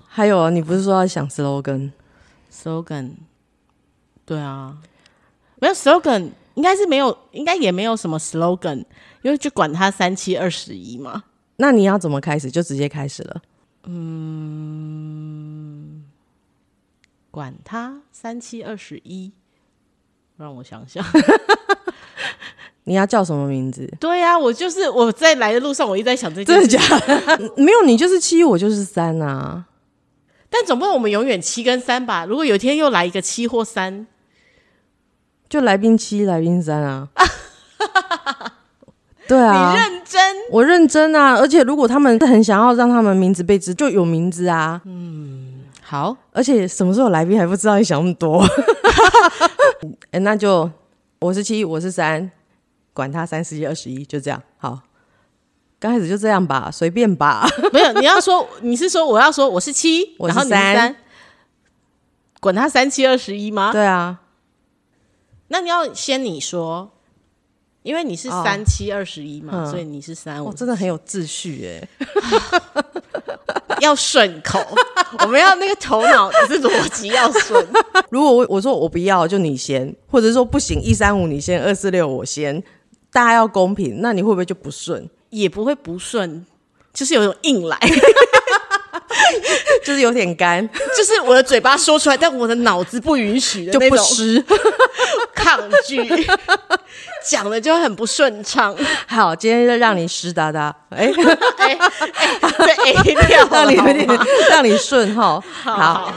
还有啊，你不是说要想 slogan？ 对啊，没有 slogan， 应该是没有，应该也没有什么 slogan， 因为就管它3721嘛。 那你要怎么开始？就直接开始了。 管它3721，让我想想。 你要叫什么名字？ 对啊，我在来的路上，我一直在想这件事。 真的假的？没有，你就是7，我就是3啊。 但总不能我们永远7跟3吧？如果有一天又来一个7或3， 就来宾7，来宾3啊。对啊， 你认真？ 我认真啊！而且如果他们很想要让他们名字被知，就有名字啊。 好， 而且什么时候有来宾还不知道，你想那么多。那就我是7，我是3，管他3721，就这样。好，刚开始就这样吧，随便吧。 没有，你是说我要说我是7， 我是然后你是3，管他3721吗？ 对啊， 那你要先你说，因为你是3721嘛，所以你是3，我真的很有秩序耶。 要顺口，我们要那个头脑是逻辑要顺。 如果我说我不要，就你先，或者说不行135你先，246我先，大家要公平，那你会不会就不顺？ 也不会不顺，就是有种硬来。 就是有点干， 就是我的嘴巴说出来，但我的脑子不允许的那种， 就不湿抗拒，讲的就很不顺畅。 好，今天就让你湿哒哒，这跳让你顺哈。好。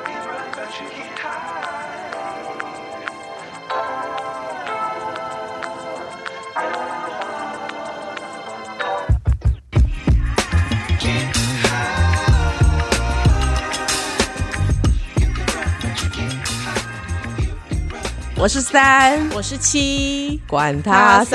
我是3， 我是7， 管他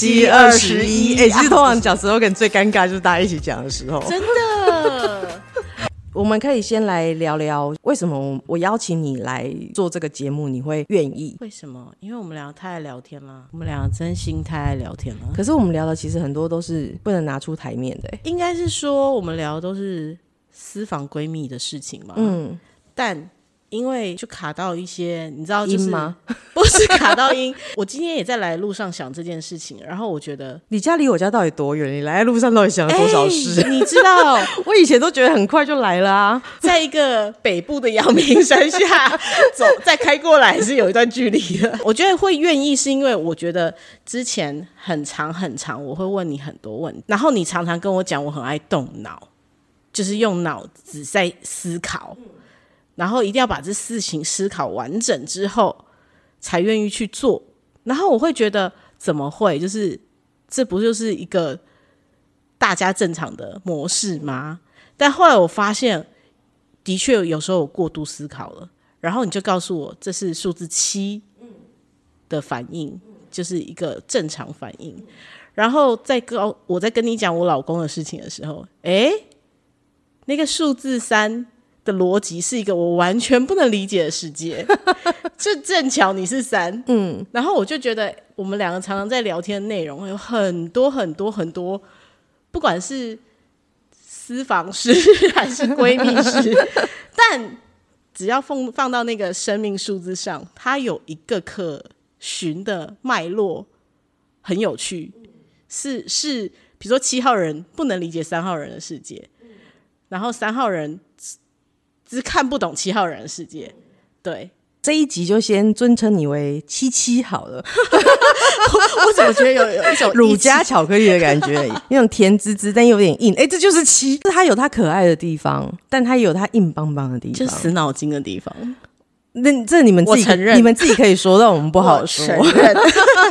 3721。其实通常讲 slogan 最尴尬就是大家一起讲的时候， 真的。 我们可以先来聊聊为什么我邀请你来做这个节目，你会愿意？ 为什么？因为我们两个太爱聊天了，我们两个真心太爱聊天了。 可是我们聊的其实很多都是不能拿出台面的， 应该是说我们聊的都是私房闺蜜的事情嘛。但因为就卡到一些你知道就是音吗？ 不是卡到音。我今天也在来的路上想这件事情，然后我觉得你家离我家到底多远？你来的路上到底想了多少事？ 你知道我以前都觉得很快就来了啊， 在一个北部的阳明山下走再开过来是有一段距离的。我觉得会愿意是因为我觉得之前很长我会问你很多问题，然后你常常跟我讲我很爱动脑，就是用脑子在思考，然后一定要把这事情思考完整之后才愿意去做。然后我会觉得怎么会，就是这不就是一个大家正常的模式吗？但后来我发现的确有时候我过度思考了，然后你就告诉我这是数字7的反应，就是一个正常反应。然后我在跟你讲我老公的事情的时候，那个数字3的逻辑是一个我完全不能理解的世界。就正巧你是3，然后我就觉得我们两个常常在聊天的内容有很多很多很多，不管是私房事还是闺蜜事，但只要放到那个生命数字上，它有一个可循的脉络，很有趣。是比如说7号人不能理解3号人的世界，然后3号人只看不懂7号人的世界。对， 这一集就先尊称你为77好了。 我怎么觉得有一种乳加巧克力的感觉，那种甜滋滋但有点硬。这就是7，它有它可爱的地方，但它也有它硬邦邦的地方， 就死脑筋的地方。 那这你们自己承认，你们自己可以说，但我们不好说。 我承认。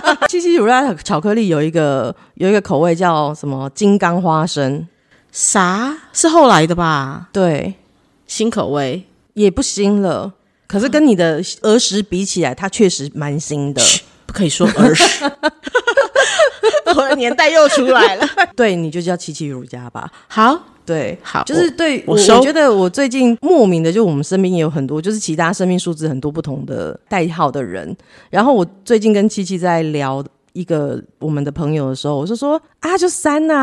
77乳加巧克力有一个口味叫什么金刚花生， 啥是后来的吧？ 对， 新口味也不新了，可是跟你的儿时比起来，它确实蛮新的。 不可以说儿时。我的年代又出来了。 对，你就叫77乳加吧。 好， 对， 好， 就是对我觉得我最近莫名的，就我们身边也有很多，就是其他生命数字很多不同的代号的人。然后我最近跟77在聊一个我们的朋友的时候，我就说啊，就3啊，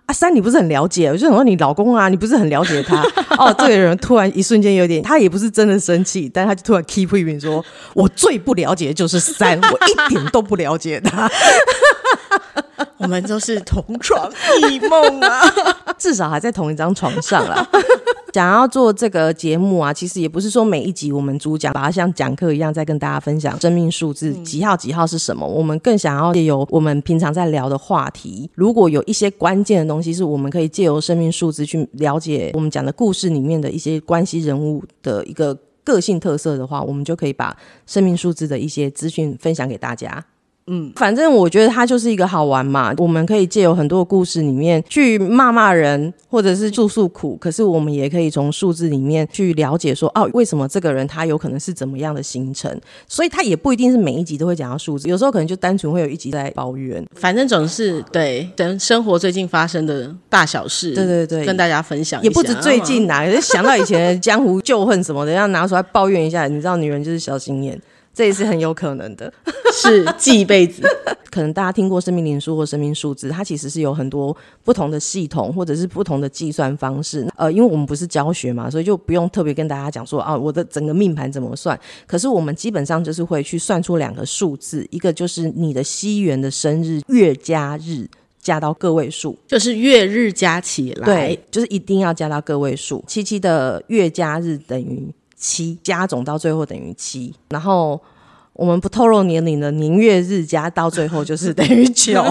三你不是很了解，我就想说你老公啊，你不是很了解他哦，这个人突然一瞬间有点，他也不是真的生气，但他就突然 keep 一遍说，我最不了解的就是三，我一点都不了解他。 我们都是同床异梦啊， 至少还在同一张床上啦。想要做这个节目啊，其实也不是说每一集我们主讲把它像讲课一样在跟大家分享生命数字几号几号是什么，我们更想要借由我们平常在聊的话题，如果有一些关键的东西是我们可以借由生命数字去了解我们讲的故事里面的一些关系人物的一个个性特色的话，我们就可以把生命数字的一些资讯分享给大家。反正我觉得它就是一个好玩嘛，我们可以借由很多的故事里面去骂人或者是诉苦，可是我们也可以从数字里面去了解说为什么这个人他有可能是怎么样的形成，所以他也不一定是每一集都会讲到数字，有时候可能就单纯会有一集在抱怨， 反正总是对等生活最近发生的大小事，对对对，跟大家分享一下， 也不止最近啊，想到以前的江湖旧恨什么的要拿出来抱怨一下，你知道女人就是小心眼，这也是很有可能的。 是记一辈子。 可能大家听过生命灵数或生命数字，它其实是有很多不同的系统或者是不同的计算方式。因为我们不是教学嘛，所以就不用特别跟大家讲说我的整个命盘怎么算。可是我们基本上就是会去算出2个数字，一个就是你的西元的生日月加日加到个位数， 就是月日加起来， 对，就是一定要加到个位数。77的月加日等于7，加总到最后等于7，然后我们不透露年龄的年月日加到最后就是等于9。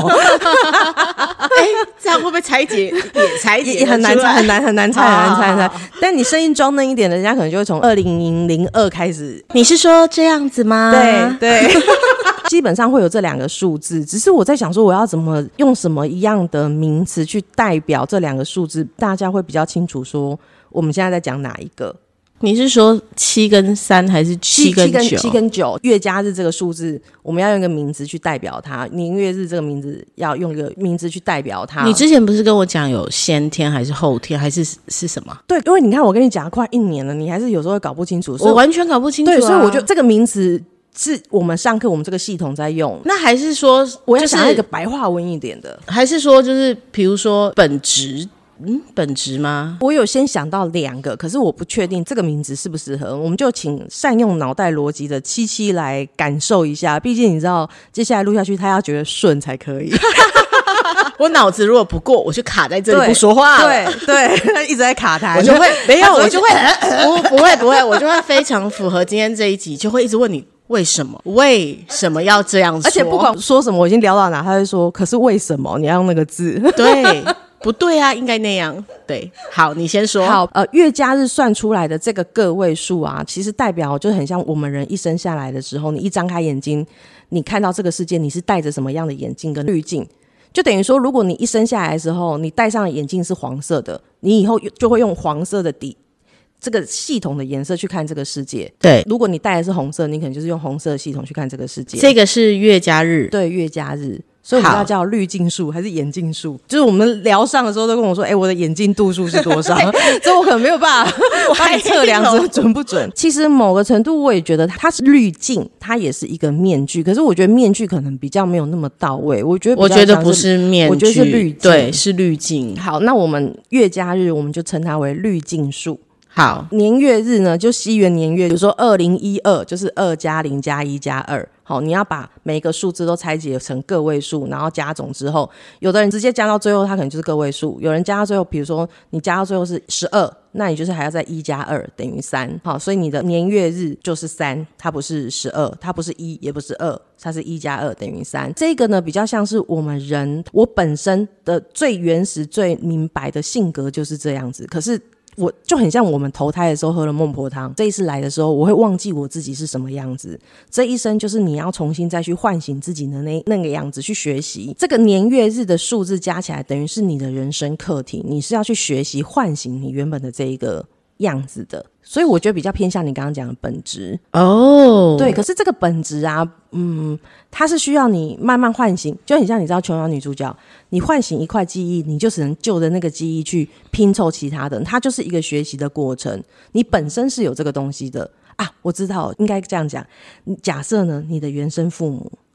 这样会不会拆解也很难猜，很难猜。但你声音装嫩一点的，人家可能就会从2002开始。 你是说这样子吗？ 对。基本上会有这2个数字，只是我在想说我要怎么用什么一样的名词去代表这2个数字，大家会比较清楚说我们现在在讲哪一个。 你是说7跟3还是7跟9 ？7跟9，月加日这个数字我们要用一个名字去代表它，年月日这个名字要用一个名字去代表它。 你之前不是跟我讲有先天还是后天还是什么？ 对，因为你看我跟你讲快1年了，你还是有时候会搞不清楚。 我完全搞不清楚对，所以我觉得这个名词是我们上课我们这个系统在用。 那还是说我要想要一个白话文一点的， 还是说就是比如说本质吗？ 我有先想到2个，可是我不确定这个名字适不适合，我们就请善用脑袋逻辑的77来感受一下，毕竟你知道接下来录下去他要觉得顺才可以。 我脑子如果不过我就卡在这里不说话了， 对，他一直在卡台， 我就会没有，我就会不会，我就会非常符合今天这一集，就会一直问你为什么要这样说， 而且不管说什么我已经聊到哪，他会说可是为什么你要用那个字。 对，不对啊，应该那样。对，好，你先说。 好，月加日算出来的这个个位数啊，其实代表就很像我们人一生下来的时候，你一张开眼睛，你看到这个世界，你是戴着什么样的眼镜跟滤镜？就等于说，如果你一生下来的时候，你戴上的眼镜是黄色的，你以后就会用黄色的这个系统的颜色去看这个世界。 对， 如果你戴的是红色，你可能就是用红色的系统去看这个世界。 这个是月加日， 对，月加日。所以我们要叫滤镜数还是眼镜数？就是我们聊上的时候都跟我说，我的眼镜度数是多少？这我可能没有办法帮你测量准不准。其实某个程度我也觉得它是滤镜，它也是一个面具，可是我觉得面具可能比较没有那么到位。我觉得不是面具， 我觉得是滤镜， 对，是滤镜。 好，那我们月加日我们就称它为滤镜数。 好， 年月日呢，就西元年月，比如说2012就是2加0加1加2。好，你要把每个数字都拆解成个位数，然后加总之后，有的人直接加到最后，它可能就是个位数；有人加到最后，比如说你加到最后是12，那你就是还要再1加2等于3。好，所以你的年月日就是3，它不是12，它不是1，也不是2，它是1加2等于3。这个呢，比较像是我们人我本身的最原始、最明白的性格就是这样子。可是我就很像我们投胎的时候喝了孟婆汤，这一次来的时候我会忘记我自己是什么样子，这一生就是你要重新再去唤醒自己的那个样子去学习。这个年月日的数字加起来等于是你的人生课题，你是要去学习唤醒你原本的这一个样子的，所以我觉得比较偏向你刚刚讲的本质哦。 对，可是这个本质啊，它是需要你慢慢唤醒，就很像你知道琼瑶女主角，你唤醒一块记忆，你就只能就着那个记忆去拼凑其他的，它就是一个学习的过程，你本身是有这个东西的啊。我知道应该这样讲，假设呢，你的原生父母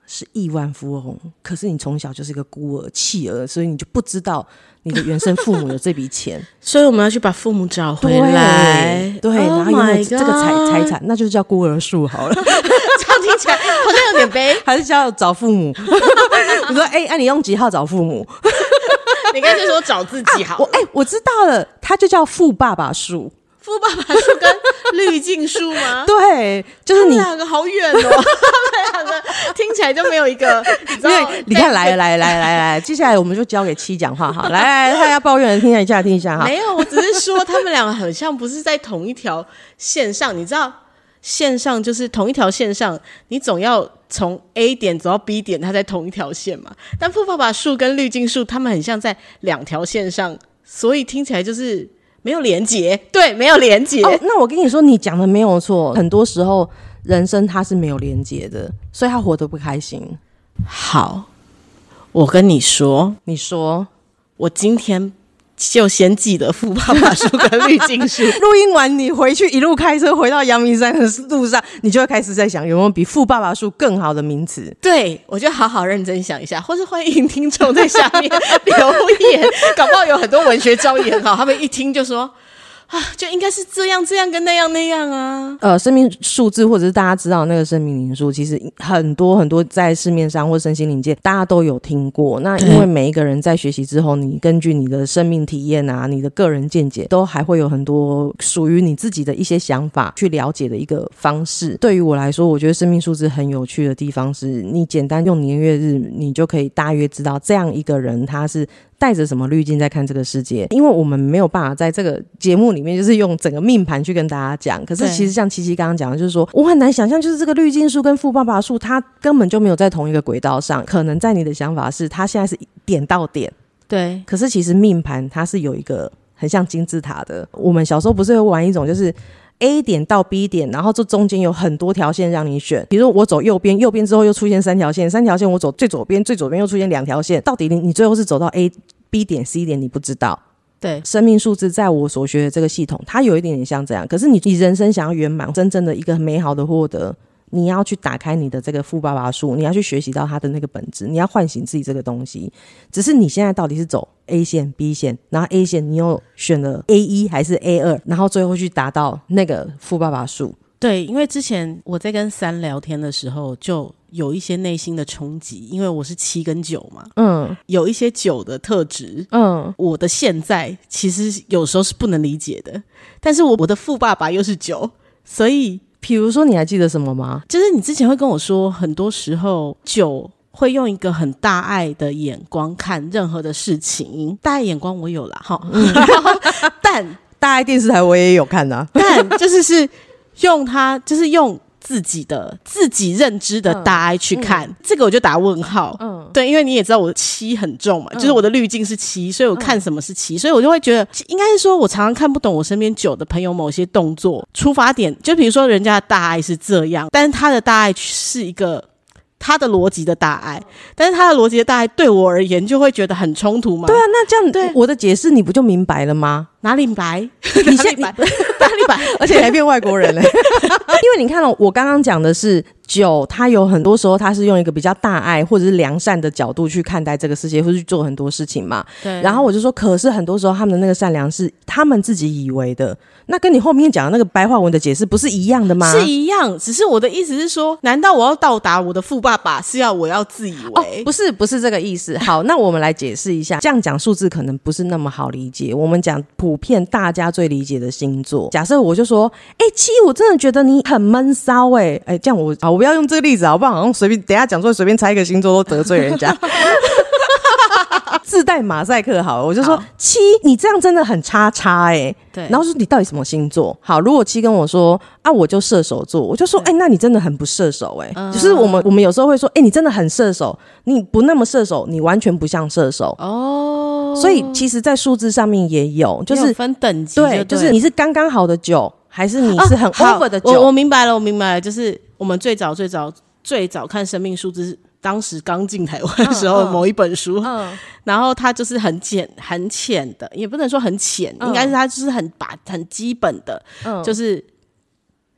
是亿万富翁，可是你从小就是一个孤儿弃儿，所以你就不知道你的原生父母有这笔钱所以我们要去把父母找回来。 对，然后拥有这个财产，那就叫孤儿数好了。 这样听起来好像有点悲。 还是叫找父母？你说你用几号找父母？ 你干脆说找自己好了。 我知道了，它就叫富爸爸数。 富爸爸树跟滤镜树吗？ 对，就是你他们两个好远哦，他们两个听起来就没有一个，你知道？ 你看，来，接下来我们就交给七讲话哈。来，他要抱怨的听一下哈。 没有，我只是说他们两个很像不是在同一条线上，你知道？线上就是同一条线上，你总要从 A 点走到 B 点，它在同一条线嘛。但富爸爸树跟滤镜树，他们很像在两条线上，所以听起来就是没有连结。对，没有连结。 那我跟你说，你讲的没有错。很多时候人生它是没有连结的，所以他活得不开心。 好，我跟你说，我今天就先记得富爸爸树跟滤镜树。 录音完你回去一路开车回到阳明山的路上，你就会开始在想有没有比富爸爸树更好的名词。 对，我就好好认真想一下，或是欢迎听众在下面留言，搞不好有很多文学造诣很好，他们一听就说就应该是这样跟那样啊。 生命数字或者是大家知道那个生命灵数，其实很多在市面上或身心灵界大家都有听过。那因为每一个人在学习之后，你根据你的生命体验啊，你的个人见解，都还会有很多属于你自己的一些想法去了解的一个方式。对于我来说，我觉得生命数字很有趣的地方是，你简单用年月日，你就可以大约知道这样一个人他是带着什么滤镜在看这个世界。因为我们没有办法在这个节目里面就是用整个命盘去跟大家讲，可是其实像七七刚刚讲的，就是说我很难想象，就是这个滤镜数跟富爸爸数它根本就没有在同一个轨道上。可能在你的想法是它现在是点到点， 对， 可是其实命盘它是有一个很像金字塔的。我们小时候不是会玩一种就是A 点到 B 点，然后这中间有很多条线让你选，比如说我走右边，右边之后又出现3条线，3条线我走最左边，最左边又出现2条线，到底你最后是走到 B 点 C 点你不知道。 对， 生命数字在我所学的这个系统，它有一点点像这样。可是你人生想要圆满，真正的一个美好的获得，你要去打开你的这个富爸爸数，你要去学习到它的那个本质，你要唤醒自己这个东西。只是你现在到底是走 A 线 B 线，然后 A 线你又选了 A1 还是 A2， 然后最后去达到那个富爸爸数。 对，因为之前我在跟3聊天的时候就有一些内心的冲击，因为我是7跟9嘛，有一些9的特质，我的现在其实有时候是不能理解的，但是我的富爸爸又是9，所以比如说你还记得什么吗？ 就是你之前会跟我说，很多时候9会用一个很大爱的眼光看任何的事情，大爱眼光我有啦但大爱电视台我也有看啊， 但就是用它，就是用自己认知的大爱去看，这个我就打问号。对，因为你也知道我的7很重嘛，就是我的滤镜是7，所以我看什么是7，所以我就会觉得，应该是说我常常看不懂我身边9的朋友某些动作出发点，就比如说人家的大爱是这样，但是他的大爱是一个他的逻辑的大爱，但是他的逻辑的大爱对我而言就会觉得很冲突嘛。 对啊，那这样对我的解释你不就明白了吗？ 哪里白？ 你先哪里白？而且还变外国人了。因为你看我刚刚讲的是9，他有很多时候他是用一个比较大爱或者是良善的角度去看待这个世界，或是去做很多事情嘛。 对。 然后我就说，可是很多时候他们的那个善良是他们自己以为的，那跟你后面讲的那个白话文的解释不是一样的吗？ 是一样，只是我的意思是说，难道我要到达我的富爸爸是要我要自以为？ 不是这个意思。好，那我们来解释一下，这样讲数字可能不是那么好理解。我们讲普遍大家最理解的星座，假设我就说7，我真的觉得你很闷骚这样我不要用这个例子好不好？好像随便等一下讲出来随便猜一个星座都得罪人家。自带马赛克好了，我就说7，你这样真的很叉对，然后说你到底什么星座？好，如果7跟我说我就射手座，我就说那你真的很不射手就是我们有时候会说你真的很射手，你不那么射手，你完全不像射手所以其实在数字上面也有，就是有分等级， 对，就是你是刚刚好的9，还是你是很 over 的9？ 我明白了，就是我们最早看生命数字，当时刚进台湾的时候某一本书，然后它就是很浅的，也不能说很浅，应该是它就是很基本的，就是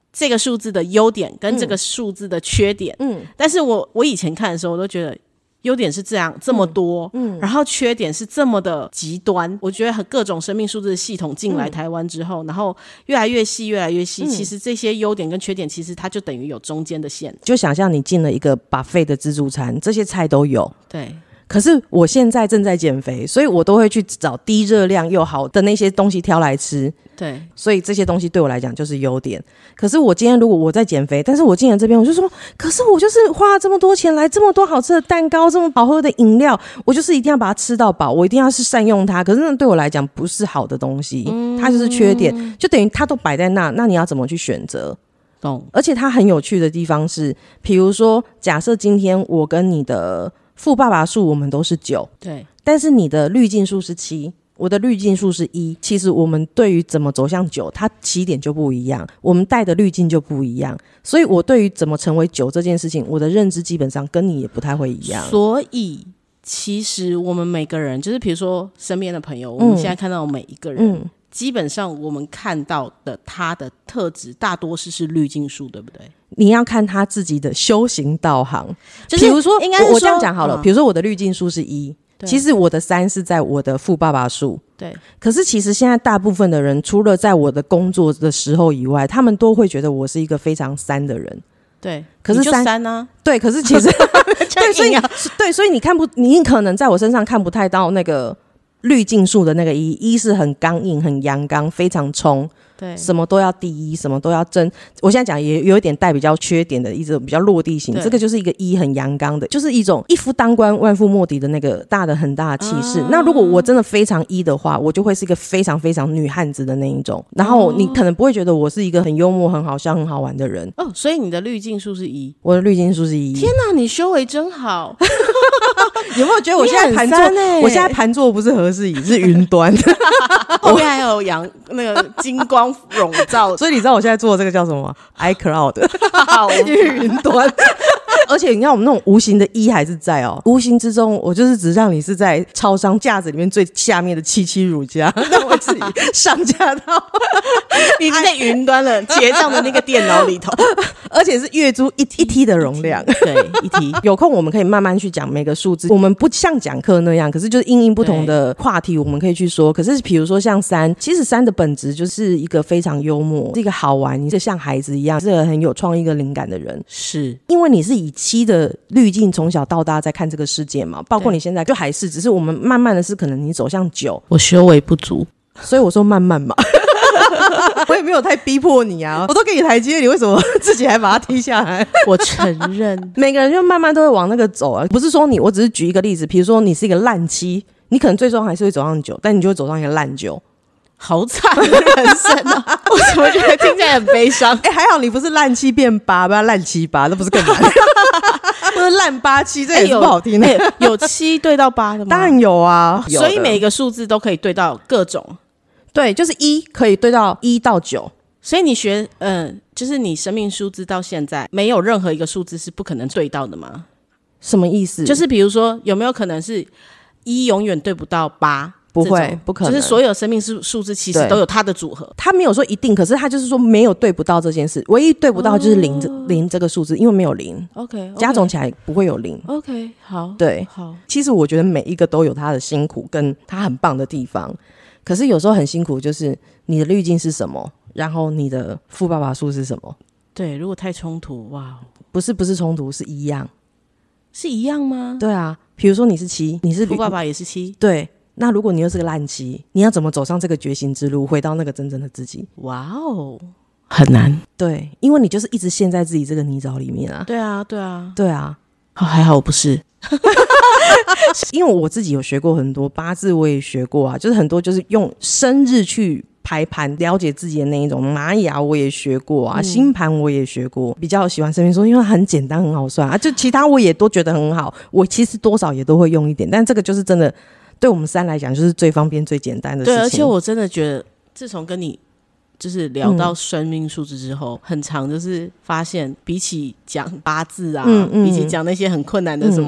这个数字的优点跟这个数字的缺点，但是我以前看的时候，我都觉得优点是这么多，然后缺点是这么的极端。我觉得各种生命数字的系统进来台湾之后，然后越来越细，其实这些优点跟缺点，其实它就等于有中间的线。 就想象你进了一个 buffet 的自助餐，这些菜都有， 对。 可是我现在正在减肥，所以我都会去找低热量又好的那些东西挑来吃。 对， 所以这些东西对我来讲就是优点。可是我今天如果我在减肥，但是我进来这边，我就说，可是我就是花了这么多钱来这么多好吃的蛋糕，这么好喝的饮料，我就是一定要把它吃到饱，我一定要是善用它。可是那对我来讲不是好的东西，它就是缺点，就等于它都摆在那，那你要怎么去选择？ 懂。 而且它很有趣的地方是，比如说，假设今天我跟你的富爸爸数我们都是9， 对， 但是你的滤镜数是7，我的滤镜数是1，其实我们对于怎么走向9，它起点就不一样，我们带的滤镜就不一样，所以我对于怎么成为9这件事情，我的认知基本上跟你也不太会一样。 所以其实我们每个人，就是比如说身边的朋友，我们现在看到的每一个人，基本上我们看到的他的特质大多是滤镜数，对不对？ 你要看他自己的修行道行， 就是比如说应该是说我这样讲好了，比如说我的滤镜数是1，其实我的3是在我的富爸爸数， 对。 可是其实现在大部分的人，除了在我的工作的时候以外，他们都会觉得我是一个非常3的人。 对， 可是 3啊， 对，可是其实所以你可能在我身上看不太到那个滤镜数的那个1是很刚硬、很阳刚、非常冲。 对， 什么都要第一，什么都要争。我现在讲也有一点带比较缺点的一种比较落地型，这个就是一个很阳刚的，就是一种一夫当关万夫莫敌的那个很大的气势。那如果我真的非常的话，我就会是一个非常非常女汉子的那一种。然后你可能不会觉得我是一个很幽默、很好笑、很好玩的人。 哦，所以你的滤镜数是1， 我的滤镜数是1。 天哪，你修为真好！ 有没有觉得我现在盘坐？我现在盘坐不是和氏椅，是云端。 后面还有那个金光笼罩， 所以你知道我现在做的这个叫什么吗？ iCloud 云端。而且你看我们那种无形的1还是在哦，无形之中我就是只让你是在超商架子里面最下面的77乳加，让我自己上架到你在云端了结账的那个电脑里头， 而且是月租一 T 的容量， 对，1 T。 有空我们可以慢慢去讲每个数字，我们不像讲课那样，可是就是因不同的话题我们可以去说。可是比如说像3，其实3的本质就是一个非常幽默，是一个好玩，你是像孩子一样，是个很有创意跟灵感的人。 是因为你是以7的滤镜从小到大在看这个世界嘛，包括你现在就还是，只是我们慢慢的是可能你走向9， 我修为不足， 所以我说慢慢嘛。我也没有太逼迫你啊，我都给你台阶，你为什么自己还把它踢下来？ 我承认。 每个人就慢慢都会往那个走啊，不是说你，我只是举一个例子，比如说你是一个烂7，你可能最终还是会走上9，但你就会走上一个烂9。 好惨的人生啊！我怎么觉得听起来很悲伤？ 还好你不是烂7变8，不要烂7 8，那不是更难？不是烂8 7，这也是不好听的。 有7对到8的吗？ 当然有啊， 所以每个数字都可以对到各种。 对，就是1可以对到1到9。 所以你学就是你生命数字到现在没有任何一个数字是不可能对到的吗？ 什么意思？ 就是比如说有没有可能是1永远对不到8？ 不会，不可能。 就是所有生命数字其实都有它的组合， 他没有说一定，可是他就是说没有对不到这件事，唯一对不到就是0这个数字，因为没有0。 OK， 加总起来不会有0。 OK， 好， 对， 好。 其实我觉得每一个都有他的辛苦跟他很棒的地方，可是有时候很辛苦，就是你的滤镜是什么，然后你的富爸爸数是什么？ 对，如果太冲突，哇， 不是冲突，是一样， 是一样吗？ 对啊，比如说你是7，你是富爸爸也是7， 对。那如果你又是个烂7，你要怎么走上这个觉醒之路，回到那个真正的自己？ 哇哦，很难。 对，因为你就是一直陷在自己这个泥沼里面啊。 对啊，对啊， 对啊。 还好我不是。 因为我自己有学过很多八字，我也学过啊，就是很多就是用生日去排盘了解自己的那一种，玛雅我也学过啊，星盘我也学过，比较喜欢生命数，因为它很简单很好算啊，就其他我也都觉得很好，我其实多少也都会用一点，但这个就是真的对我们3来讲就是最方便最简单的事情。 对，而且我真的觉得自从跟你就是聊到生命数字之后，很常就是发现比起讲八字啊，比起讲那些很困难的什么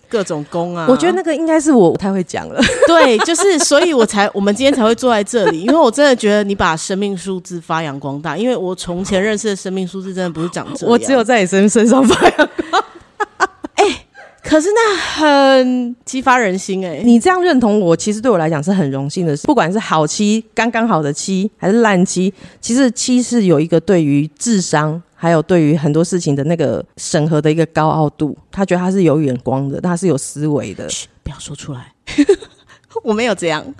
各种宫啊。 我觉得那个应该是我不太会讲了。 对，就是所以我们今天才会坐在这里，因为我真的觉得你把生命数字发扬光大，因为我从前认识的生命数字真的不是长这样。 我只有在你身上发扬光大。 可是那很激发人心你这样认同我，其实对我来讲是很荣幸的事。不管是好妻、刚刚好的妻，还是烂妻，其实妻是有一个对于智商，还有对于很多事情的那个审核的一个高傲度。他觉得他是有眼光的，他是有思维的。 不要说出来，我没有这样。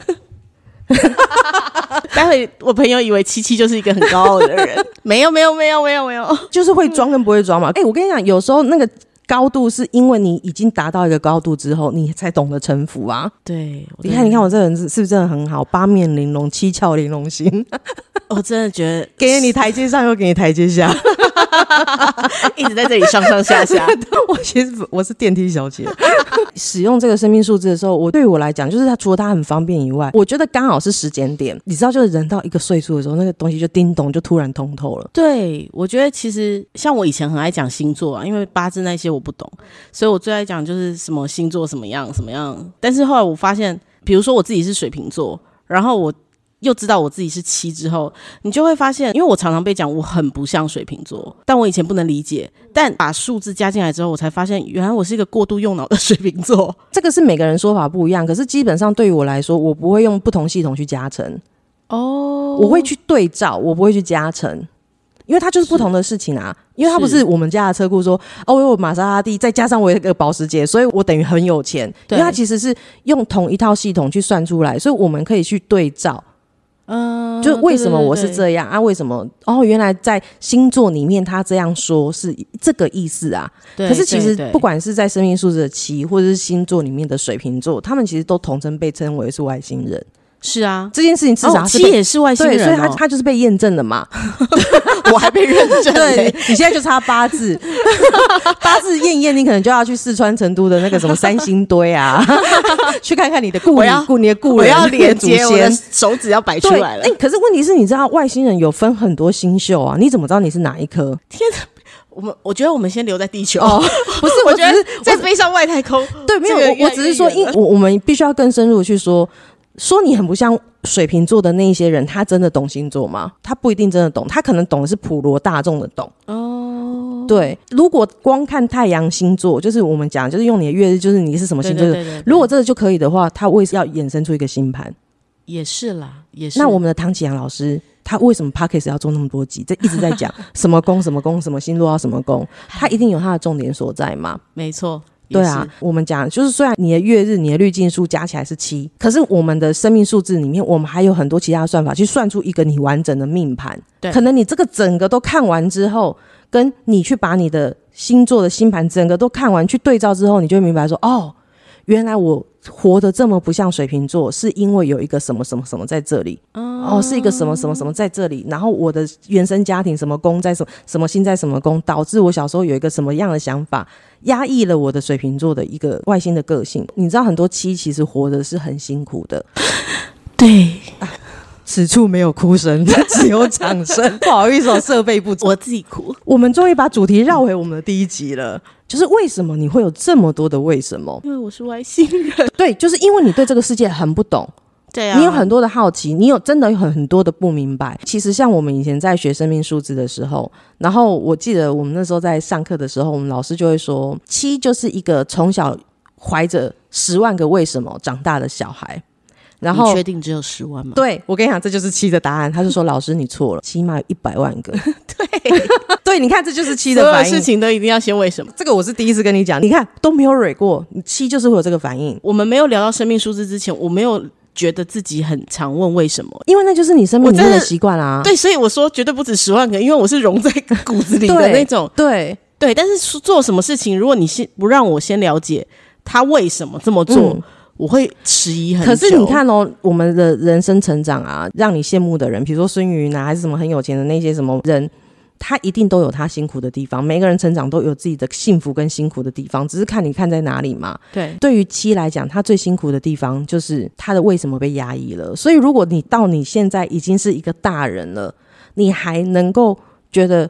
待会我朋友以为七七就是一个很高傲的人，没有， 就是会装跟不会装嘛。我跟你讲，有时候那个高度是因为你已经达到一个高度之后，你才懂得臣服啊。 对， 你看我这个人是不是真的很好？八面玲珑，七窍玲珑心。 我真的觉得给你台阶上又给你台阶下， 一直在这里上上下下。 其实我是电梯小姐。使用这个生命数字的时候，对我来讲，就是它除了它很方便以外，我觉得刚好是时间点。你知道，就是人到一个岁数的时候，那个东西就叮咚就突然通透了。 对，我觉得其实像我以前很爱讲星座啊，因为八字那些我不懂，所以我最爱讲就是什么星座什么样什么样。但是后来我发现，比如说我自己是水瓶座，然后我又知道我自己是七之后，你就会发现，因为我常常被讲我很不像水瓶座，但我以前不能理解，但把数字加进来之后，我才发现原来我是一个过度用脑的水瓶座。 这个是每个人说法不一样，可是基本上对于我来说，我不会用不同系统去加成。我会去对照，我不会去加成。因为它就是不同的事情啊，因为它不是我们家的车库说我有玛莎拉蒂再加上我有一个保时捷，所以我等于很有钱。因为它其实是用同一套系统去算出来，所以我们可以去对照。就为什么我是这样啊？为什么原来在星座里面他这样说是这个意思啊？可是其实不管是在生命数字的七，或者是星座里面的水瓶座，他们其实都统称被称为是外星人。 是啊， 这件事情至少七也是外星人， 对，所以他就是被验证了嘛。 我还被认证， 对，你现在就差八字，八字验验，你可能就要去四川成都的那个什么三星堆啊，去看看你的故人， 我要连接我的手指要摆出来了。 可是问题是，你知道外星人有分很多星宿啊，你怎么知道你是哪一颗？ 天哪！我觉得我们先留在地球。 不是， 我觉得再飞上外太空。 对，没有，我只是说，我们必须要更深入的去说你很不像水瓶座的那一些人，他真的懂星座吗？他不一定真的懂，他可能懂的是普罗大众的懂。对，如果光看太阳星座，就是我们讲，就是用你的月日，就是你是什么星座，如果这个就可以的话，他为什么要衍生出一个星盘？ 也是啦，也是。 那我们的唐启阳老师，他为什么 Podcast 要做那么多集？这一直在讲什么宫什么宫，什么星座要什么宫，他一定有他的重点所在嘛？ 没错。 对啊，我们讲就是虽然你的月日、你的滤镜数加起来是7，可是我们的生命数字里面，我们还有很多其他的算法去算出一个你完整的命盘。对，可能你这个整个都看完之后，跟你去把你的星座的星盘整个都看完去对照之后，你就会明白说，原来我活得这么不像水瓶座，是因为有一个什么什么什么在这里。是一个什么什么什么在这里，然后我的原生家庭什么宫在什么星在什么宫，导致我小时候有一个什么样的想法，压抑了我的水瓶座的一个外星的个性。你知道很多七其实活的是很辛苦的。 对， 此处没有哭声，只有掌声。不好意思，设备不足， 我自己哭。 我们终于把主题绕回我们的第一集了，就是为什么你会有这么多的为什么？ 因为我是外星人。 对，就是因为你对这个世界很不懂。 对啊， 你有很多的好奇，你真的有很多的不明白。其实像我们以前在学生命数字的时候，然后我记得我们那时候在上课的时候，我们老师就会说，7就是一个从小怀着10万个为什么长大的小孩。然后你确定只有10万吗？ 对，我跟你讲，这就是7的答案。他就说老师你错了，起码有100万个。 对对，你看这就是7的反应。 所有事情都一定要先为什么， 这个我是第一次跟你讲，你看都没有蕊过，7就是会有这个反应。 我们没有聊到生命数字之前，我没有觉得自己很常问为什么， 因为那就是你生命里面的习惯啊。 对，所以我说绝对不止10万个，因为我是融在骨子里的那种。 对， 但是做什么事情，如果你不让我先了解他为什么这么做，我会迟疑很久。 可是你看我们的人生成长啊，让你羡慕的人，比如说孙云啊，还是什么很有钱的那些什么人，他一定都有他辛苦的地方，每个人成长都有自己的幸福跟辛苦的地方，只是看你看在哪里嘛。对于7来讲，他最辛苦的地方就是他的为什么被压抑了。所以如果你到你现在已经是一个大人了，你还能够觉得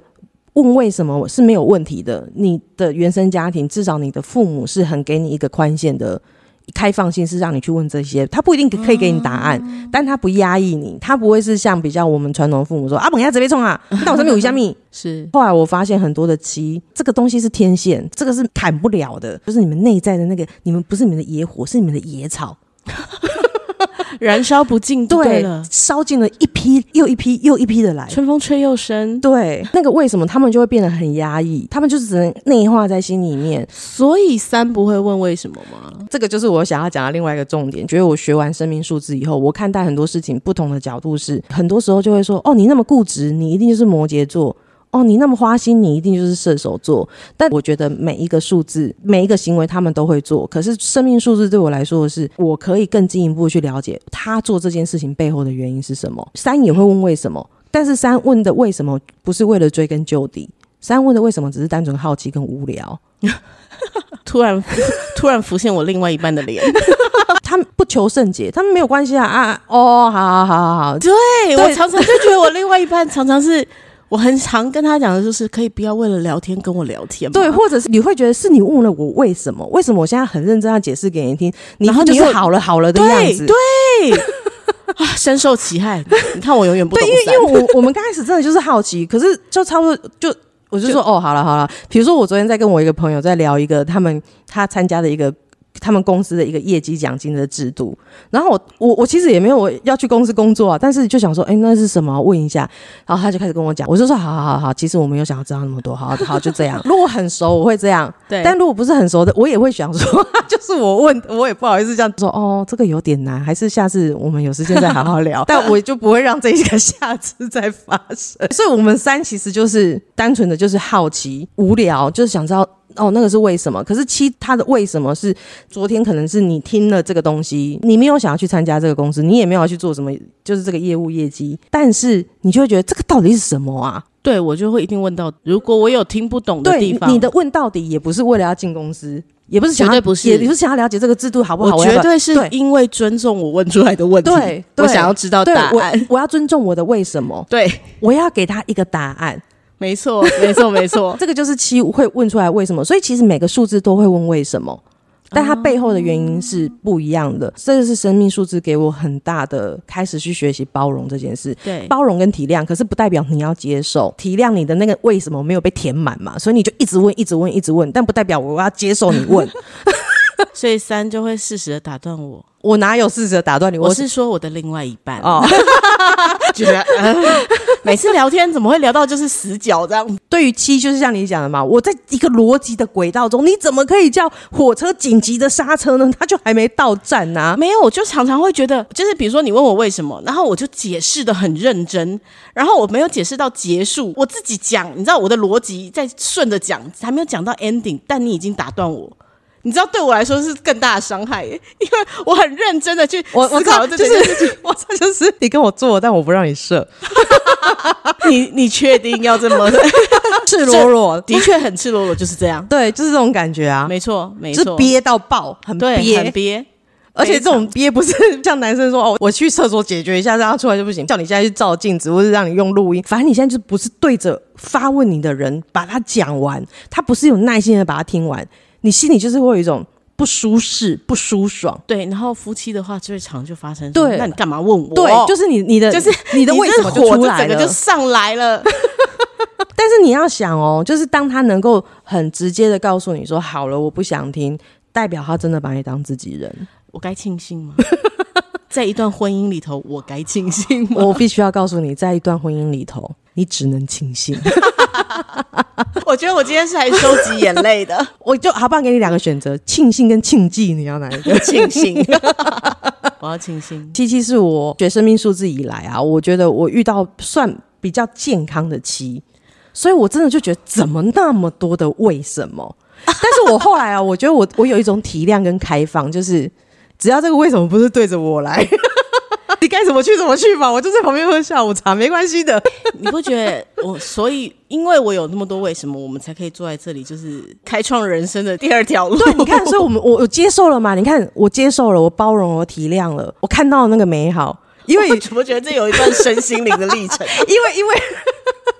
问为什么是没有问题的。你的原生家庭至少你的父母是很给你一个宽限的开放性，是让你去问这些，他不一定可以给你答案，但他不压抑你，他不会是像比较我们传统父母说啊，本要直接冲啊，但我这边有虾米是。 后来我发现很多的妻，这个东西是天线，这个是砍不了的，就是你们内在的那个，你们不是你们的野火，是你们的野草燃烧不尽，对了， 烧尽了一批又一批又一批的来， 春风吹又生。 对，那个为什么他们就会变得很压抑，他们就只能内化在心里面。 所以3不会问为什么吗？ 这个就是我想要讲的另外一个重点，觉得我学完生命数字以后，我看待很多事情不同的角度是，很多时候就会说，哦，你那么固执，你一定就是摩羯座，哦，你那么花心，你一定就是射手座。但我觉得每一个数字每一个行为他们都会做，可是生命数字对我来说的是，我可以更进一步去了解他做这件事情背后的原因是什么。3也会问为什么，但是3问的为什么不是为了追根究底，3问的为什么只是单纯好奇跟无聊突然浮现我另外一半的脸他们不求甚解，他们没有关系啊哦，好， 对，我常常就觉得我另外一半常常是我很常跟他讲的就是可以不要为了聊天跟我聊天吗？ 对，或者是你会觉得是你问了我为什么我现在很认真要解释给你听，然后就是好了的样子， 对啊，深受其害。你看我永远不懂对，因为我们刚开始真的就是好奇，可是就差不多就我就说哦，好了，比如说我昨天在跟我一个朋友在聊一个他参加的一个他们公司的一个业绩奖金的制度，然后我其实也没有要去公司工作啊，但是就想说那是什么问一下，然后他就开始跟我讲，我就说好，其实我没有想要知道那么多，好就这样。如果很熟我会这样，对，但如果不是很熟的我也会想说就是我问我也不好意思这样说，哦，这个有点难，还是下次我们有时间再好好聊但我就不会让这一个下次再发生。所以我们3其实就是单纯的就是好奇无聊，就是想知道哦，那个是为什么？可是7他的为什么是昨天可能是你听了这个东西，你没有想要去参加这个公司，你也没有要去做什么，就是这个业务业绩，但是你就会觉得这个到底是什么啊？ 对，我就会一定问到，如果我有听不懂的地方， 对，你的问到底也不是为了要进公司，也不是想要， 绝对不是， 也不是想要了解这个制度好不好， 我绝对是因为尊重我问出来的问题， 对， 我想要知道答案， 我要尊重我的为什么， 对， 我要给他一个答案。 没错这个就是7会问出来为什么，所以其实每个数字都会问为什么，但它背后的原因是不一样的。这个是生命数字给我很大的开始去学习包容这件事。 对， 包容跟体谅，可是不代表你要接受，体谅你的那个为什么没有被填满嘛，所以你就一直问，但不代表我要接受你问所以3就会适时的打断我。 我哪有适时的打断你？ 我是说我的另外一半哦觉得每次聊天怎么会聊到就是死角这样。 对于7就是像你讲的嘛，我在一个逻辑的轨道中，你怎么可以叫火车紧急的刹车呢？它就还没到站啊。 没有，我就常常会觉得，就是比如说你问我为什么，然后我就解释的很认真，然后我没有解释到结束，我自己讲，你知道我的逻辑在顺着讲，还没有讲到 ending， 但你已经打断我。你知道对我来说是更大的伤害耶，因为我很认真的去思考这件事情。 我这就是你跟我做，但我不让你射。 你确定要这么赤裸裸？ 的确很赤裸裸，就是这样。 对，就是这种感觉啊。 没错， 就是憋到爆，很憋， 很憋。 而且这种憋不是像男生说哦，我去厕所解决一下，让他出来就不行，叫你现在去照镜子，或是让你用录音，反正你现在就不是对着发问你的人把它讲完，他不是有耐心的把它听完。你心里就是会有一种不舒适不舒爽。 对，然后夫妻的话最常就发生， 对， 那你干嘛问我？ 对，就是你的就是你的为什么就出来了， 整个就上来了但是你要想哦，就是当他能够很直接的告诉你说好了我不想听，代表他真的把你当自己人。 我该庆幸吗？在一段婚姻里头我该庆幸吗？ 我必须要告诉你，在一段婚姻里头你只能庆幸我觉得我今天是来收集眼泪的我就好不好给你2个选择，庆幸跟庆忌，你要哪一个？ 庆幸我要庆幸。 7是我学生命数字以来啊，我觉得我遇到算比较健康的7，所以我真的就觉得怎么那么多的为什么但是我后来啊，我觉得我有一种体谅跟开放，就是只要这个为什么不是对着我来你该怎么去怎么去吧，我就在旁边喝下午茶，没关系的你不觉得所以因为我有那么多为什么，我们才可以坐在这里，就是开创人生的第2条路。 对，你看，所以我接受了嘛，你看我接受了，我包容了，我体谅了，我看到了那个美好。因为我怎么觉得这有一段身心灵的历程因为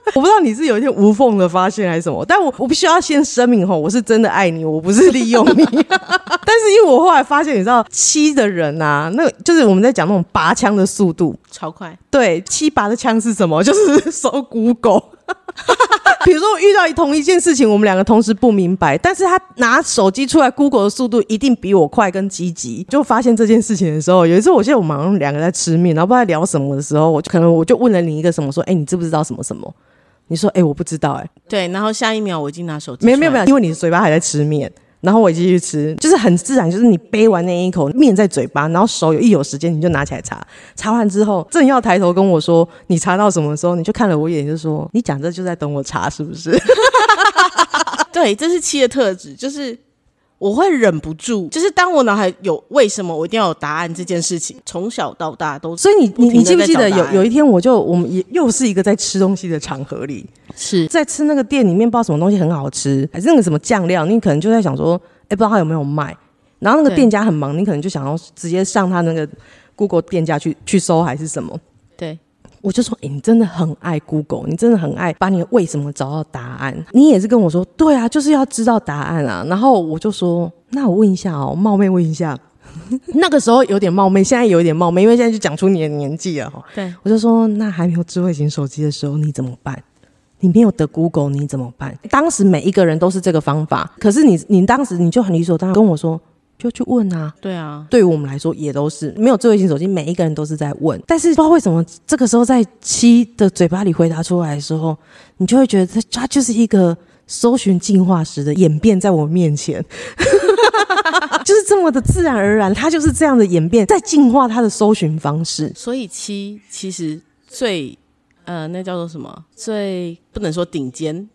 我不知道你是有一天无缝的发现还是什么，但我必须要先声明我是真的爱你，我不是利用你。但是因为我后来发现，你知道7的人啊，那个就是我们在讲那种拔枪的速度超快。 对，7拔的枪是什么？就是搜 Google。比如说我遇到同一件事情，我们两个同时不明白，但是他拿手机出来 Google 的速度一定比我快跟积极。就发现这件事情的时候，有一次我记得我们好像两个在吃面，然后不知道在聊什么的时候，可能我就问了你一个什么，说你知不知道什么什么？你说我不知道对，然后下一秒我已经拿手机出来。 没有，因为你的嘴巴还在吃面，然后我继续吃，就是很自然，就是你背完那一口面在嘴巴，然后手有时间你就拿起来擦，擦完之后正要抬头跟我说你擦到什么时候，你就看了我一眼就说你讲这就在等我擦是不是？ 对，这是7的特质，就是我会忍不住，就是当我脑海有为什么我一定要有答案这件事情，从小到大都。 所以你记不记得有一天我们也又是一个在吃东西的场合里， 是在吃那个店里面不知道什么东西很好吃，还是那个什么酱料，你可能就在想说不知道他有没有卖，然后那个店家很忙，你可能就想要直接上他那个 Google 店家去搜还是什么。 对， 我就说你真的很爱 Google， 你真的很爱把你为什么找到答案。你也是跟我说对啊，就是要知道答案啊。然后我就说那我问一下冒昧问一下那个时候有点冒昧，现在有点冒昧，因为现在就讲出你的年纪了。 对， 我就说那还没有智慧型手机的时候你怎么办？你没有的 Google 你怎么办？当时每一个人都是这个方法，可是你当时你就很理所当然跟我说就去问啊。 对啊， 对于我们来说也都是没有智慧型手机，每一个人都是在问，但是不知道为什么这个时候在7的嘴巴里回答出来的时候，你就会觉得它就是一个搜寻进化史的演变在我面前。就是这么的自然而然，它就是这样的演变在进化它的搜寻方式。 所以7其实最那叫做什么？最不能说顶尖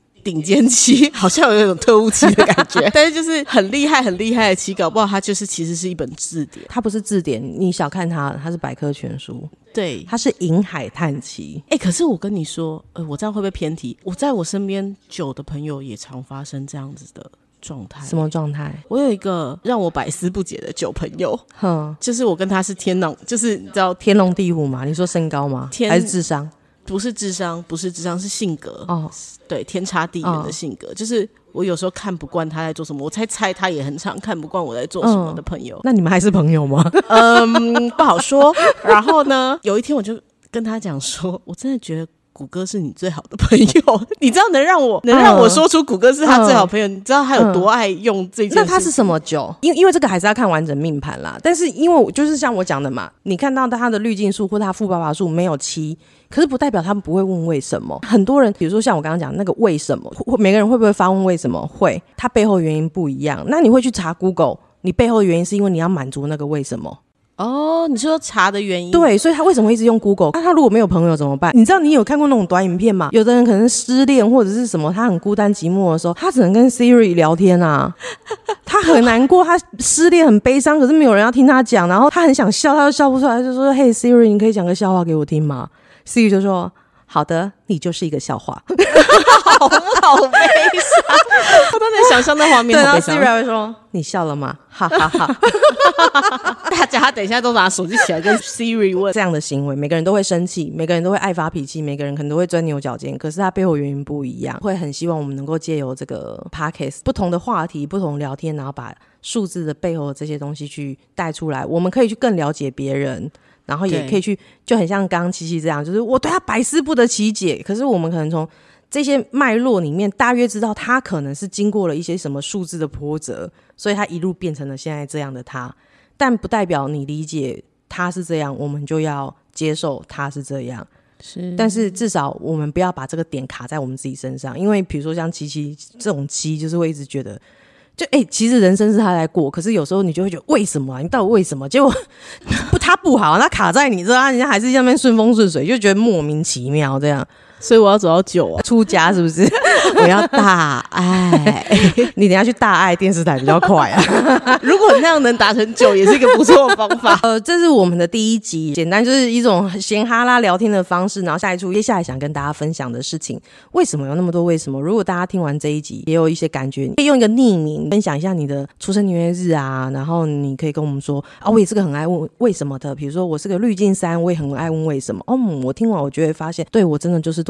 7，好像有一种特务7的感觉。但是就是很厉害的7，搞不好它就是其实是一本字典。 它不是字典，你小看它是百科全书。 对， 它是银海探奇。 可是我跟你说我这样会不会偏题？我在我身边9的朋友也常发生这样子的状态。 什么状态？ 我有一个让我百思不解的9朋友，就是我跟他是就是你知道天龙地虎嘛？你说身高吗？还是智商？ 不是智商，是性格。对，天差地远的性格。就是我有时候看不惯他在做什么，我猜他也很常看不惯我在做什么的朋友。 那你们还是朋友吗？ 不好说。然后呢，有一天我就跟他讲说，我真的觉得谷歌是你最好的朋友。你知道能让我说出谷歌是他最好朋友，你知道他有多爱用这件事情。 那他是什么9？因为这个还是要看完整命盘啦。但是因为就是像我讲的嘛，你看到他的滤镜数或他富爸爸数没有7，可是不代表他们不会问为什么。很多人比如说像我刚刚讲那个为什么，每个人会不会发问为什么？会，他背后原因不一样。那你会去查 Google， 你背后的原因是因为你要满足那个为什么。 你说查的原因。 对，所以他为什么会一直用 Google？ 他如果没有朋友怎么办？你知道你有看过那种短影片吗？有的人可能失恋或者是什么，他很孤单寂寞的时候，他只能跟 Siri 聊天啊。他很难过，他失恋很悲伤，可是没有人要听他讲，然后他很想笑，他又笑不出来，就说嘿 Siri 你可以讲个笑话给我听吗？ Siri 就说好的，你就是一个笑话。 好悲伤。我都能想象那画面。 对，然后 Siri 会说你笑了吗？哈哈哈。 大家等一下都拿手机起来跟 Siri 问。 这样的行为每个人都会生气，每个人都会爱发脾气，每个人可能都会钻牛角尖，可是他背后原因不一样。会很希望我们能够借由这个 podcast 不同的话题不同聊天，然后把数字的背后的这些东西去带出来，我们可以去更了解别人，然后也可以去就很像刚刚77这样，就是我对他百思不得其解，可是我们可能从这些脉络里面大约知道他可能是经过了一些什么数字的波折，所以他一路变成了现在这样的他，但不代表你理解他是这样我们就要接受他是这样。是，但是至少我们不要把这个点卡在我们自己身上，因为比如说像77这种7就是会一直觉得就其实人生是他在过，可是有时候你就会觉得为什么你到底为什么？结果他不好，他卡在你这，人家还是在那边顺风顺水，就觉得莫名其妙这样。 所以我要走到9啊， 出家是不是？我要大爱。你等一下去大爱电视台比较快啊。 如果那样能达成9，也是一个不错的方法。 这是我们的第1集，简单就是一种闲哈拉聊天的方式。然后接下来想跟大家分享的事情，为什么有那么多为什么？如果大家听完这一集也有一些感觉，你可以用一个匿名分享一下你的出生年月日啊，然后你可以跟我们说我也是个很爱问为什么的。比如说我是个滤镜3，我也很爱问为什么。我听完我就会发现，对，我真的就是多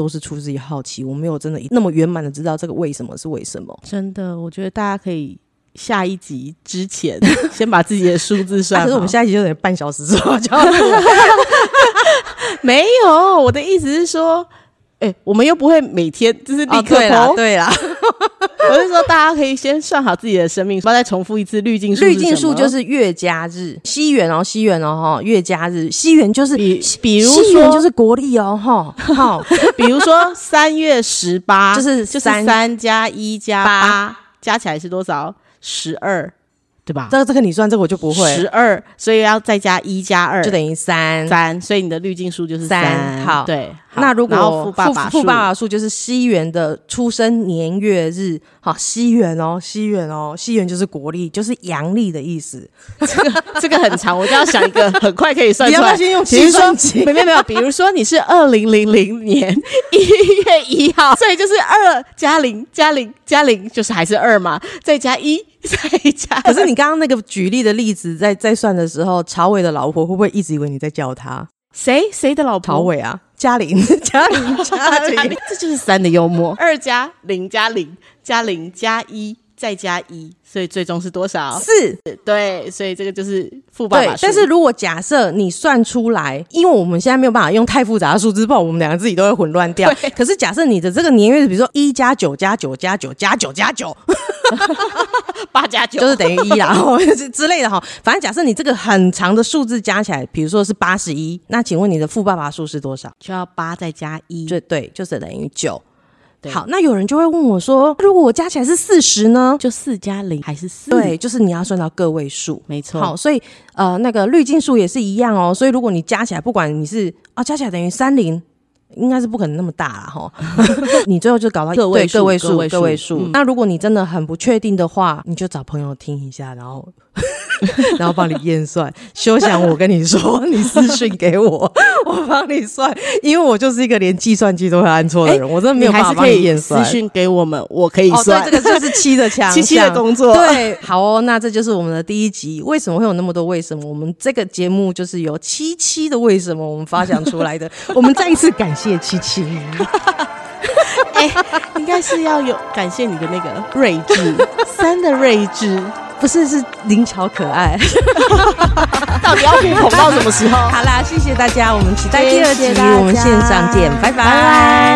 都是出自于好奇，我没有真的那么圆满的知道这个为什么是为什么。 真的，我觉得大家可以下一集之前先把自己的数字算好。 可是我们下一集就得半小时之后就要录了没有，我的意思是说，我们又不会每天就是立刻对啦我是说大家可以先算好自己的生命，不要再重复一次滤镜数。 滤镜数就是月加日，西元哦月加日，西元就是比如西元就是国历哦比如说3月18 就是 3加1加8加起来是多少？12，对吧？ 这个你算，这个我就不会。 12，所以要再加1加2， 就等于3， 所以你的滤镜数就是 3。好， 对。 那如果富爸爸数就是西元的出生年月日，好，西元就是国历，就是阳历的意思。 这个很长，我就要想一个很快可以算出来。 你要不要先用计算机？ 没有，比如说你是2000年1月1号，所以就是2加0加0加0，就是还是2嘛，再加1。再加。 可是你刚刚那个举例的例子在算的时候，曹伟的老婆会不会一直以为你在叫他？ 谁的老婆？ 曹伟啊，嘉玲， 这就是3的幽默。2加0加0加0加1再加1，所以最终是多少？4。对，所以这个就是富爸爸数。 对，但是如果假设你算出来，因为我们现在没有办法用太复杂的数字，不然我们两个自己都会混乱掉。可是假设你的这个年月，比如说1加9加9加9加9加9。 8加9 就是等于1啦之类的哈，反正假设你这个很长的数字加起来，比如说是81，那请问你的富爸爸数是多少？ 就要8再加1， 对，就是等于9。好，那有人就会问我说，如果我加起来是40呢？ 就4加0还是4？ 对，就是你要算到个位数， 没错。 好，所以那个滤镜数也是一样哦。所以如果你加起来，不管你是加起来等于30。应该是不可能那么大啦齁你最后就搞到个位数。那如果你真的很不确定的话，你就找朋友听一下，然后帮你验算。休想我跟你说，你私讯给我，我帮你算，因为我就是一个连计算机都会按错的人，我真的没有办法帮你验算。 私讯给我们，我可以算。 对，这个就是7的强项 ，7的工作。 对，好哦，那这就是我们的第一集。为什么会有那么多为什么？我们这个节目就是由77的为什么我们发想出来的。我们再一次感谢77。 应该是要有感谢你的那个睿智，3的睿智， 不是灵巧可爱。 到底要互捧到什么时候？ 好啦，谢谢大家，我们期待第2集，我们线上见，拜拜。